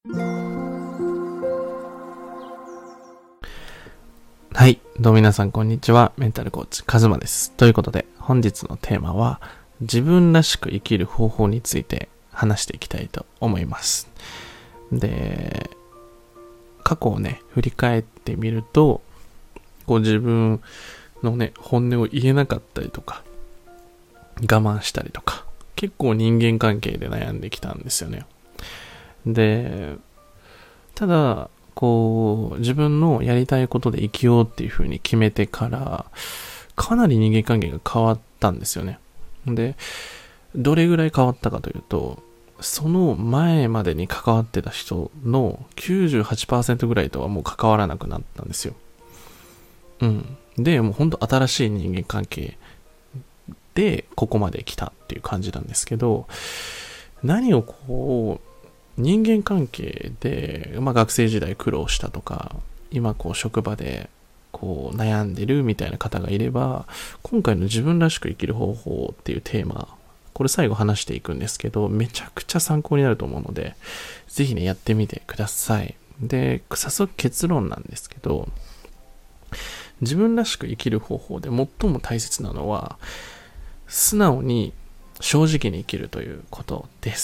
はい。どうも皆さんこんにちは。メンタルコーチ、カズマです。ということで、本日のテーマは、自分らしく生きる方法について話していきたいと思います。で、過去をね、振り返ってみると、自分のね、本音を言えなかったりとか、我慢したりとか、結構人間関係で悩んできたんですよね。で、ただ、自分のやりたいことで生きようっていう風に決めてから、かなり人間関係が変わったんですよね。で、どれぐらい変わったかというと、その前までに関わってた人の 98% ぐらいとはもう関わらなくなったんですよ。で、もうほんと新しい人間関係でここまで来たっていう感じなんですけど、何を人間関係で、学生時代苦労したとか、今職場で悩んでるみたいな方がいれば、今回の自分らしく生きる方法っていうテーマ、これ最後話していくんですけど、めちゃくちゃ参考になると思うので、ぜひね、やってみてください。で、早速結論なんですけど、自分らしく生きる方法で最も大切なのは、素直に正直に生きるということです。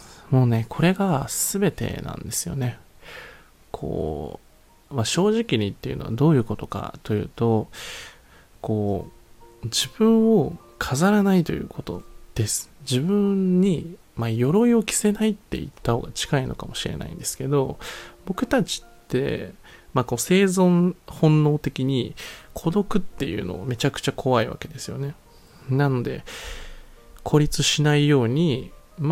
もうね、これが全てなんですよね。正直にっていうのはどういうことかというと、自分を飾らないということです。自分に、鎧を着せないって言った方が近いのかもしれないんですけど、僕たちって、生存本能的に孤独っていうのをめちゃくちゃ怖いわけですよね。なので、孤立しないように、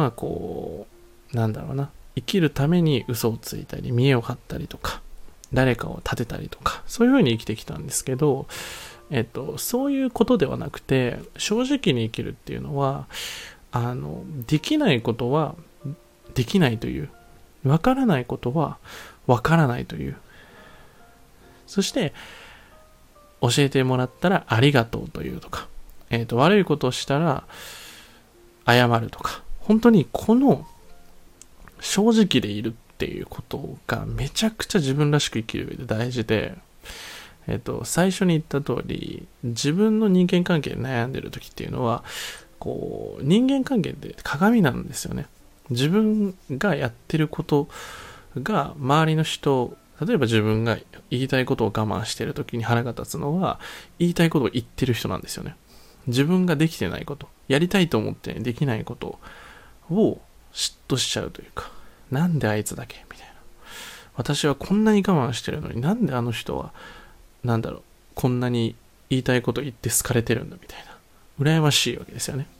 生きるために嘘をついたり、見栄を張ったりとか、誰かを立てたりとか、そういう風に生きてきたんですけど、そういうことではなくて、正直に生きるっていうのは、できないことはできないという、わからないことはわからないという、そして、教えてもらったらありがとうというとか、悪いことをしたら謝るとか、本当にこの正直でいるっていうことがめちゃくちゃ自分らしく生きる上で大事で、最初に言った通り、自分の人間関係で悩んでる時っていうのは、人間関係って鏡なんですよね。自分がやってることが周りの人、例えば自分が言いたいことを我慢してる時に腹が立つのは、言いたいことを言ってる人なんですよね。自分ができてないこと、やりたいと思ってできないことを嫉妬しちゃうというか、なんであいつだけみたいな。私はこんなに我慢してるのになんであの人はこんなに言いたいこと言って好かれてるんだみたいな。羨ましいわけですよね。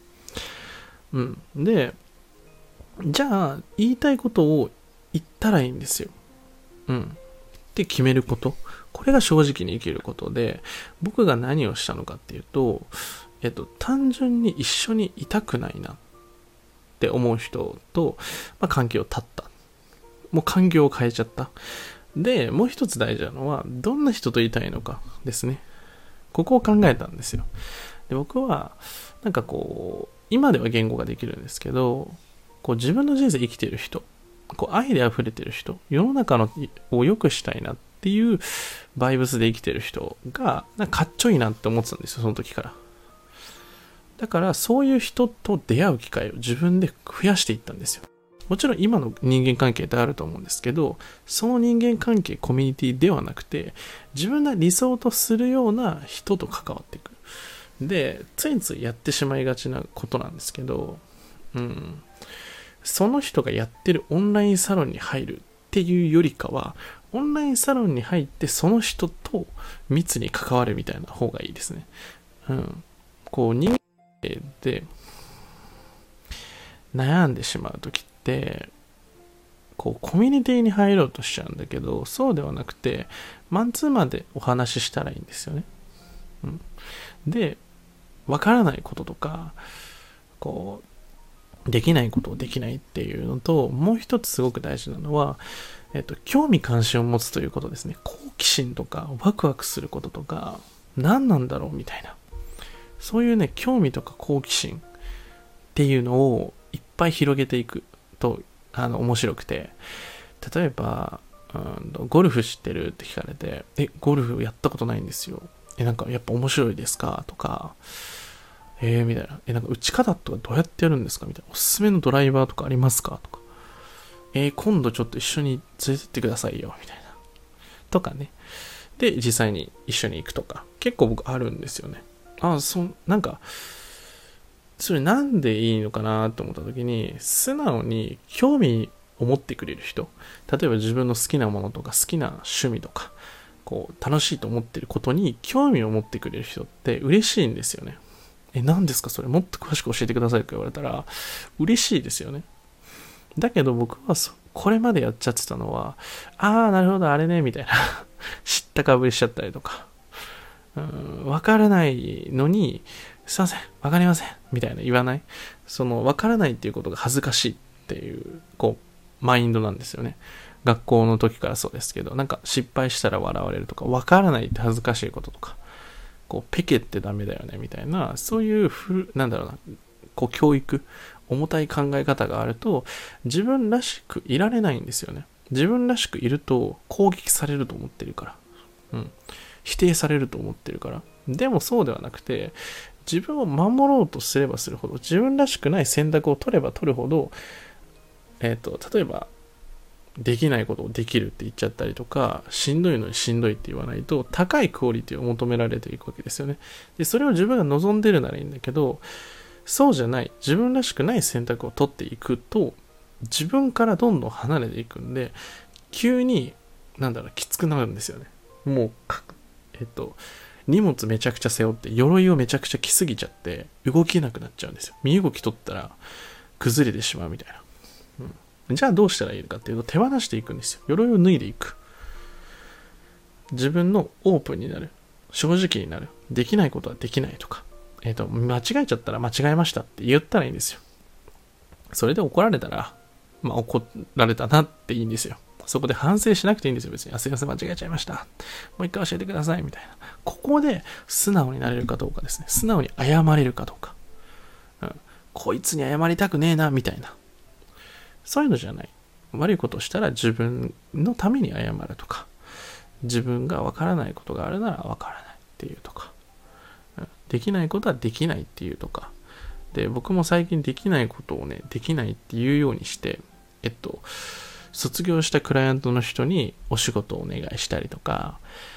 で、じゃあ言いたいことを言ったらいいんですよ。って決めること。これが正直に生きることで、僕が何をしたのかっていうと、単純に一緒にいたくないなって思う人と、関係を断った。もう環境を変えちゃった。で、もう一つ大事なのは、どんな人といたいのかですね。ここを考えたんですよ。で、僕は、今では言語ができるんですけど、自分の人生生きている人、愛で溢れている人、世の中を良くしたいなっていうバイブスで生きている人が、かっちょいいなって思ってたんですよ、その時から。だから、そういう人と出会う機会を自分で増やしていったんですよ。もちろん今の人間関係ってあると思うんですけど、その人間関係、コミュニティではなくて、自分が理想とするような人と関わっていく。で、ついついやってしまいがちなことなんですけど、その人がやってるオンラインサロンに入るっていうよりかは、オンラインサロンに入ってその人と密に関わるみたいな方がいいですね。人間で悩んでしまうときって、コミュニティに入ろうとしちゃうんだけど、そうではなくて、マンツーマンでお話ししたらいいんですよね。で、わからないこととか、できないことをできないっていうのと、もう一つすごく大事なのは、興味関心を持つということですね。好奇心とか、ワクワクすることとか、何なんだろうみたいな。そういうね、興味とか好奇心っていうのをいっぱい広げていくと、面白くて、 例えば、ゴルフ知ってるって聞かれて、ゴルフやったことないんですよ。なんかやっぱ面白いですかとか、みたいな。なんか打ち方とかどうやってやるんですかみたいな。おすすめのドライバーとかありますかとか。今度ちょっと一緒に連れてってくださいよ。みたいな。とかね。で、実際に一緒に行くとか。結構僕あるんですよね。なんか、それなんでいいのかなと思った時に、素直に興味を持ってくれる人。例えば自分の好きなものとか好きな趣味とか、楽しいと思ってることに興味を持ってくれる人って嬉しいんですよね。何ですかそれ、もっと詳しく教えてくださいと言われたら嬉しいですよね。だけど僕はこれまでやっちゃってたのは、なるほどあれねみたいな知ったかぶりしちゃったりとか、わからないのにすいませんわかりませんみたいな言わない、わからないっていうことが恥ずかしいっていうマインドなんですよね。学校の時からそうですけど、なんか失敗したら笑われるとか、わからないって恥ずかしいこととか、ペケってダメだよねみたいな、そういう教育、重たい考え方があると自分らしくいられないんですよね。自分らしくいると攻撃されると思ってるから、否定されると思ってるから。でもそうではなくて、自分を守ろうとすればするほど、自分らしくない選択を取れば取るほど、例えばできないことをできるって言っちゃったりとか、しんどいのにしんどいって言わないと高いクオリティを求められていくわけですよね。でそれを自分が望んでるならいいんだけど、そうじゃない自分らしくない選択を取っていくと自分からどんどん離れていくんで、急にきつくなるんですよね。もう荷物めちゃくちゃ背負って鎧をめちゃくちゃ着すぎちゃって動けなくなっちゃうんですよ。身動き取ったら崩れてしまうみたいな、じゃあどうしたらいいかっていうと、手放していくんですよ。鎧を脱いでいく。自分のオープンになる、正直になる、できないことはできないとか、間違えちゃったら間違えましたって言ったらいいんですよ。それで怒られたら怒られたなっていいんですよ。そこで反省しなくていいんですよ。別にすいません間違えちゃいました、もう一回教えてくださいみたいな。ここで素直になれるかどうかですね。素直に謝れるかどうか、こいつに謝りたくねえなみたいな、そういうのじゃない。悪いことをしたら自分のために謝るとか、自分がわからないことがあるならわからないっていうとか、できないことはできないっていうとかで、僕も最近できないことをねできないっていうようにして、卒業したクライアントの人にお仕事をお願いしたりとか、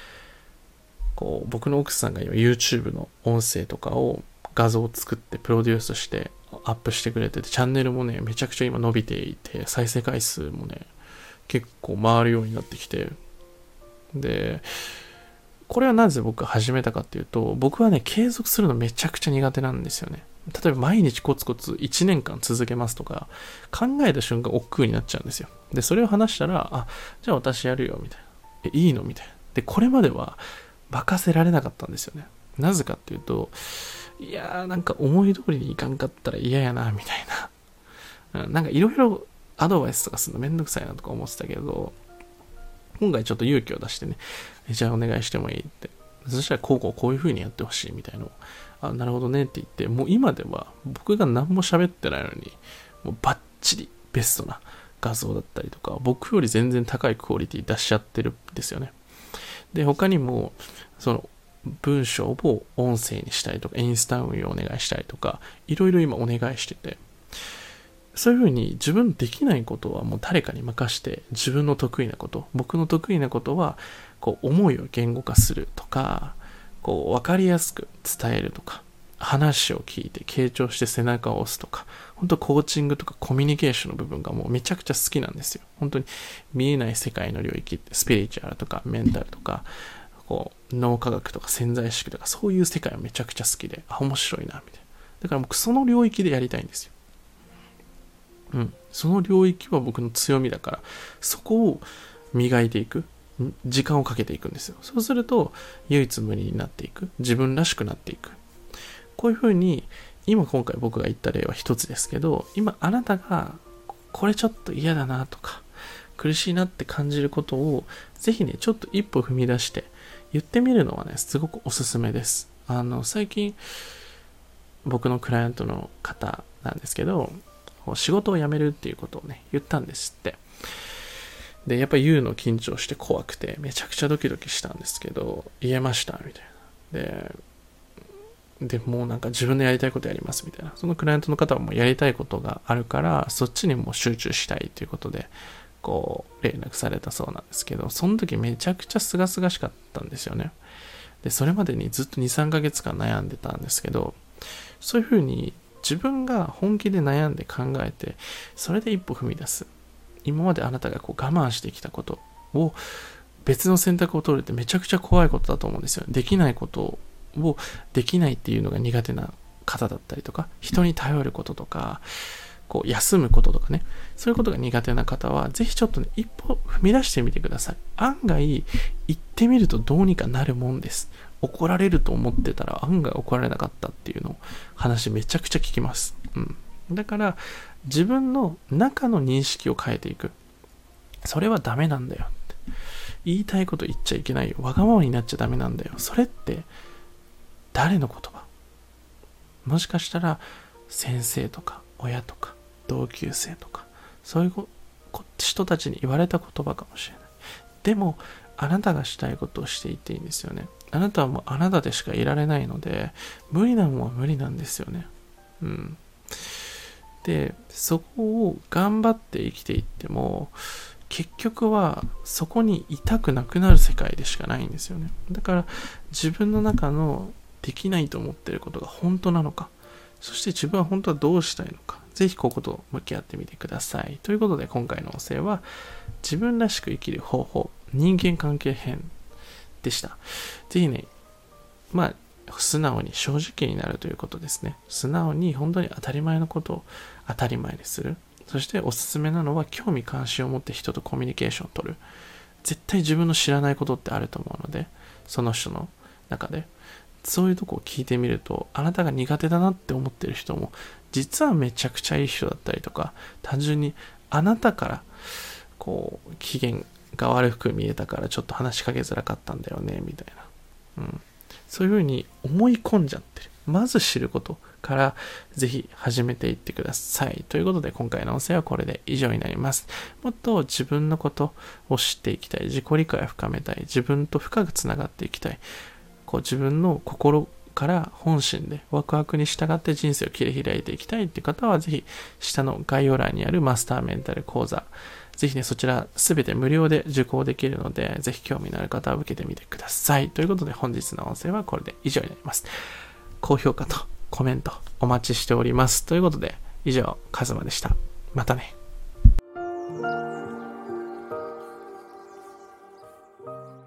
僕の奥さんが今 YouTube の音声とかを画像を作ってプロデュースしてアップしてくれてて、チャンネルもねめちゃくちゃ今伸びていて、再生回数もね結構回るようになってきて、でこれはなぜ僕始めたかっていうと、僕はね継続するのめちゃくちゃ苦手なんですよね。例えば毎日コツコツ1年間続けますとか考えた瞬間億劫になっちゃうんですよ。でそれを話したら、じゃあ私やるよみたいな、いいのみたいな。でこれまでは任せられなかったんですよね。なぜかっていうと、いやーなんか思い通りにいかんかったら嫌やなみたいな、なんかいろいろアドバイスとかするのめんどくさいなとか思ってたけど、今回ちょっと勇気を出してね、じゃあお願いしてもいいって、そしたらこういう風にやってほしいみたいなのを、なるほどねって言って、もう今では僕が何も喋ってないのにもうバッチリベストな画像だったりとか、僕より全然高いクオリティ出しちゃってるんですよね。で他にもその文章を音声にしたりとか、インスタ運用をお願いしたりとか、いろいろ今お願いしてて、そういう風に自分できないことはもう誰かに任して、自分の得意なこと、僕の得意なことは思いを言語化するとか、分かりやすく伝えるとか、話を聞いて傾聴して背中を押すとか、本当コーチングとかコミュニケーションの部分がもうめちゃくちゃ好きなんですよ。本当に見えない世界の領域って、スピリチュアルとかメンタルとか脳科学とか潜在意識とか、そういう世界はめちゃくちゃ好きで、面白いなみたいな。だから僕その領域でやりたいんですよ。その領域は僕の強みだから、そこを磨いていく、時間をかけていくんですよ。そうすると唯一無二になっていく、自分らしくなっていく。こういう風に、今回僕が言った例は一つですけど、今あなたがこれちょっと嫌だなとか苦しいなって感じることをぜひねちょっと一歩踏み出して言ってみるのはねすごくおすすめです。最近僕のクライアントの方なんですけど、仕事を辞めるっていうことをね言ったんですって。 で、やっぱり言うの緊張して怖くて、めちゃくちゃドキドキしたんですけど、言えましたみたいな。で、もうなんか自分でやりたいことやりますみたいな。そのクライアントの方はもうやりたいことがあるから、そっちにもう集中したいということで、連絡されたそうなんですけど、その時めちゃくちゃ清々しかったんですよね。で、それまでにずっと2、3ヶ月間悩んでたんですけど、そういうふうに自分が本気で悩んで考えて、それで一歩踏み出す。今まであなたが我慢してきたことを別の選択を取るってめちゃくちゃ怖いことだと思うんですよ。できないことをできないっていうのが苦手な方だったりとか、人に頼ることとか、休むこととかね、そういうことが苦手な方は、ぜひちょっとね、一歩踏み出してみてください。案外、行ってみるとどうにかなるもんです。怒られると思ってたら案外怒られなかったっていうのを話めちゃくちゃ聞きます。だから、自分の中の認識を変えていく。それはダメなんだよって。言いたいこと言っちゃいけないよ。わがままになっちゃダメなんだよ。それって、誰の言葉？もしかしたら、先生とか、親とか、同級生とか、そういう人たちに言われた言葉かもしれない。でも、あなたがしたいことをしていっていいんですよね。あなたはもうあなたでしかいられないので、無理なもんは無理なんですよね。で、そこを頑張って生きていっても、結局はそこにいたくなくなる世界でしかないんですよね。だから自分の中のできないと思っていることが本当なのか、そして自分は本当はどうしたいのか、ぜひここと向き合ってみてください。ということで今回の音声は自分らしく生きる方法、人間関係編でした。ぜひね、素直に正直になるということですね。素直に本当に当たり前のことを当たり前にする。そしておすすめなのは興味関心を持って人とコミュニケーションを取る。絶対自分の知らないことってあると思うので、その人の中でそういうとこを聞いてみると、あなたが苦手だなって思ってる人も実はめちゃくちゃいい人だったりとか、単純にあなたから機嫌が悪く見えたからちょっと話しかけづらかったんだよねみたいな、そういうふうに思い込んじゃってる。まず知ることからぜひ始めていってください。ということで今回の音声はこれで以上になります。もっと自分のことを知っていきたい、自己理解を深めたい、自分と深くつながっていきたい、自分の心から本心でワクワクに従って人生を切り開いていきたいっていう方はぜひ下の概要欄にあるマスターメンタル講座、ぜひね、そちらすべて無料で受講できるので、ぜひ興味のある方は受けてみてください。ということで本日の音声はこれで以上になります。高評価とコメントお待ちしております。ということで以上、カズマでした。またね。